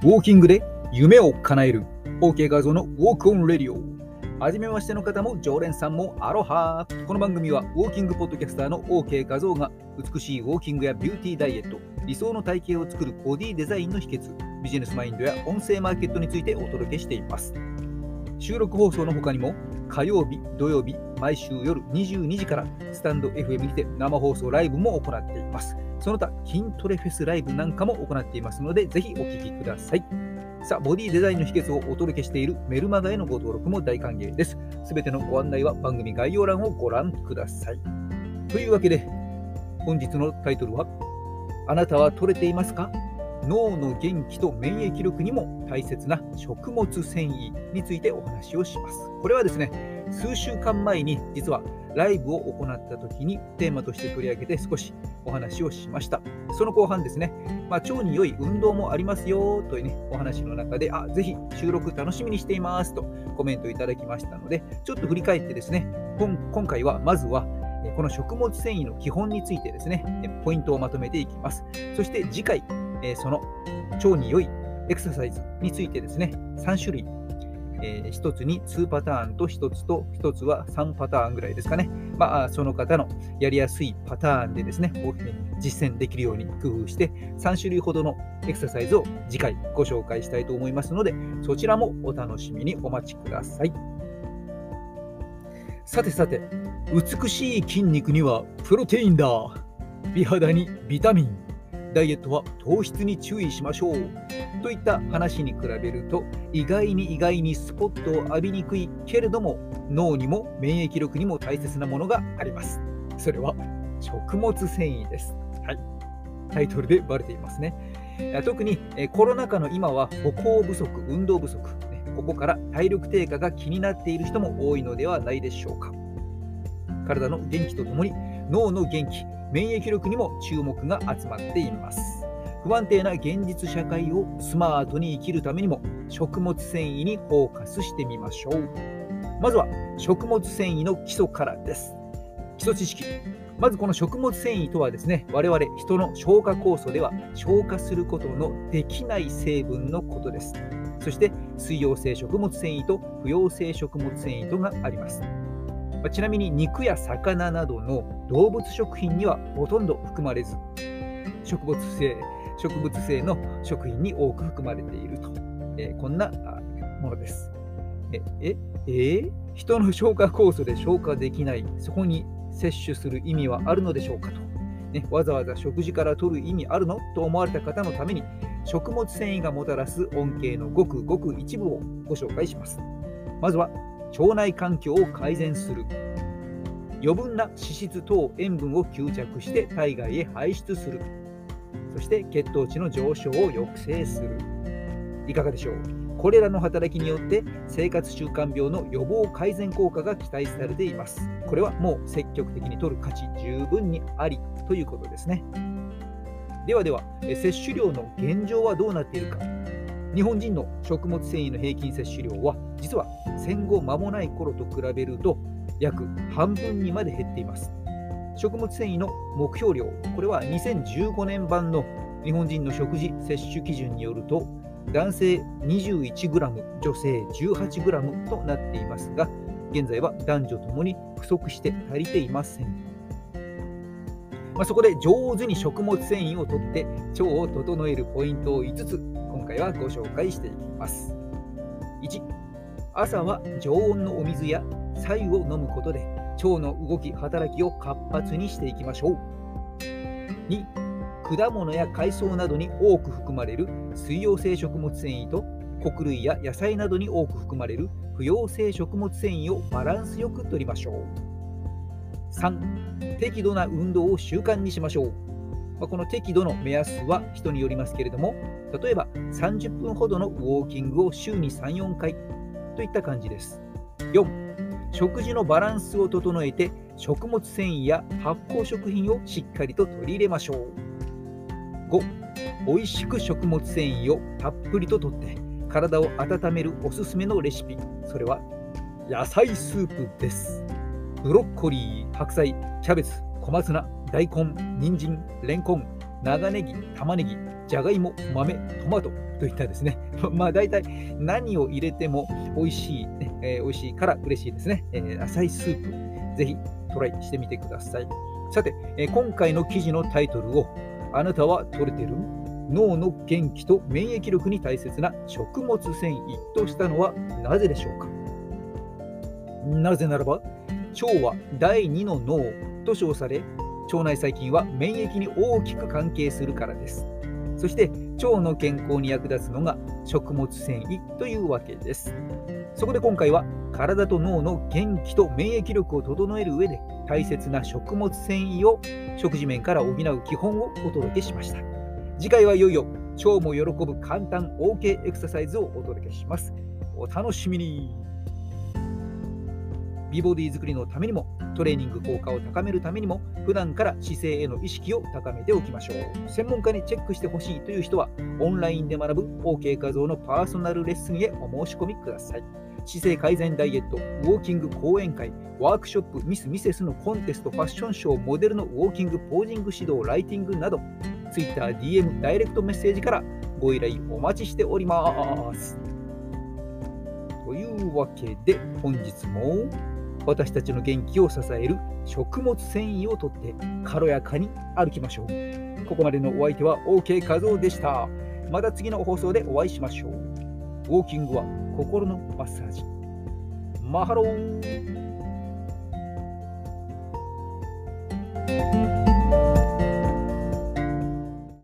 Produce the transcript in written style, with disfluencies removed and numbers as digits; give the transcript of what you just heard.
ウォーキングで夢を叶える OK 画像のウォークオンレディオ。はじめましての方も常連さんもアロハ。この番組はウォーキングポッドキャスターの OK 画像が美しいウォーキングやビューティーダイエット、理想の体型を作るボディデザインの秘訣、ビジネスマインドや音声マーケットについてお届けしています。収録放送の他にも火曜日、土曜日、毎週夜22時からスタンド FM にて生放送ライブも行っています。その他筋トレフェスライブなんかも行っていますので、ぜひお聞きください。さあ、ボディデザインの秘訣をお届けしているメルマガへのご登録も大歓迎です。すべてのご案内は番組概要欄をご覧ください。というわけで、本日のタイトルは、あなたは取れていますか？脳の元気と免疫力にも大切な食物繊維についてお話をします。これはですね、数週間前に実はライブを行った時にテーマとして取り上げて少しお話をしました。その後半ですね、腸に良い運動もありますよというね、お話の中で、ぜひ収録楽しみにしていますとコメントいただきましたので、ちょっと振り返ってですね、今回はまずはこの食物繊維の基本についてですね、ポイントをまとめていきます。そして次回、その腸に良いエクササイズについてですね、3種類、1つに2パターンと1つは3パターンぐらいですかね。その方のやりやすいパターンでですね、実践できるように工夫して3種類ほどのエクササイズを次回ご紹介したいと思いますので、そちらもお楽しみにお待ちください。さて、美しい筋肉にはプロテインだ。美肌にビタミン。ダイエットは糖質に注意しましょうといった話に比べると、意外にスポットを浴びにくいけれども、脳にも免疫力にも大切なものがあります。それは食物繊維です。はい、タイトルでバレていますね。特にコロナ禍の今は歩行不足、運動不足、ここから体力低下が気になっている人も多いのではないでしょうか。体の元気とともに脳の元気、免疫力にも注目が集まっています。不安定な現実社会をスマートに生きるためにも食物繊維にフォーカスしてみましょう。まずは食物繊維の基礎からです。基礎知識。まずこの食物繊維とはですね、我々人の消化酵素では消化することのできない成分のことです。そして水溶性食物繊維と不溶性食物繊維とがあります。ちなみに肉や魚などの動物食品にはほとんど含まれず、植物性の食品に多く含まれていると、こんなものです。人の消化酵素で消化できない、そこに摂取する意味はあるのでしょうかと、わざわざ食事から取る意味あるのと思われた方のために、食物繊維がもたらす恩恵のごくごく一部をご紹介します。まずは腸内環境を改善する。余分な脂質等塩分を吸着して体外へ排出する。そして血糖値の上昇を抑制する。いかがでしょう？これらの働きによって生活習慣病の予防改善効果が期待されています。これはもう積極的に摂る価値十分にありということですね。では摂取量の現状はどうなっているか。日本人の食物繊維の平均摂取量は実は戦後間もない頃と比べると約半分にまで減っています。食物繊維の目標量、これは2015年版の日本人の食事摂取基準によると、男性 21g、女性 18g となっていますが、現在は男女ともに不足して足りていません。そこで上手に食物繊維をとって腸を整えるポイントを5つ今回はご紹介していきます。1、朝は常温のお水や白湯を飲むことで腸の動き、働きを活発にしていきましょう。2、果物や海藻などに多く含まれる水溶性食物繊維と穀類や野菜などに多く含まれる不溶性食物繊維をバランスよく摂りましょう。3、適度な運動を習慣にしましょう。この適度の目安は人によりますけれども、例えば30分ほどのウォーキングを週に 3,4 回といった感じです。4、食事のバランスを整えて食物繊維や発酵食品をしっかりと取り入れましょう。5、美味しく食物繊維をたっぷりととって体を温めるおすすめのレシピ、それは野菜スープです。ブロッコリー、白菜、キャベツ、小松菜、大根、人参、レンコン、 長ネギ、玉ねぎ、じゃがいも、豆、トマトといったですね、大体何を入れても美味しい、美味しいから嬉しいですね。野菜スープ、ぜひトライしてみてください。さて、今回の記事のタイトルを、あなたは取れてる？脳の元気と免疫力に大切な食物繊維としたのはなぜでしょうか？なぜならば、腸は第二の脳と称され、腸内細菌は免疫に大きく関係するからです。そして腸の健康に役立つのが食物繊維というわけです。そこで今回は体と脳の元気と免疫力を整える上で大切な食物繊維を食事面から補う基本をお届けしました。次回はいよいよ腸も喜ぶ簡単 OK エクササイズをお届けします。お楽しみに。美ボディ作りのためにも、トレーニング効果を高めるためにも、普段から姿勢への意識を高めておきましょう。専門家にチェックしてほしいという人は、オンラインで学ぶ OK 画像のパーソナルレッスンへお申し込みください。姿勢改善ダイエット、ウォーキング講演会、ワークショップ、ミス・ミセスのコンテスト、ファッションショー、モデルのウォーキング、ポージング指導、ライティングなど、Twitter、DM、ダイレクトメッセージからご依頼お待ちしております。というわけで、本日も私たちの元気を支える食物繊維をとって軽やかに歩きましょう。ここまでのお相手は OK 画像でした。また次の放送でお会いしましょう。ウォーキングは心のマッサージ。マハロー。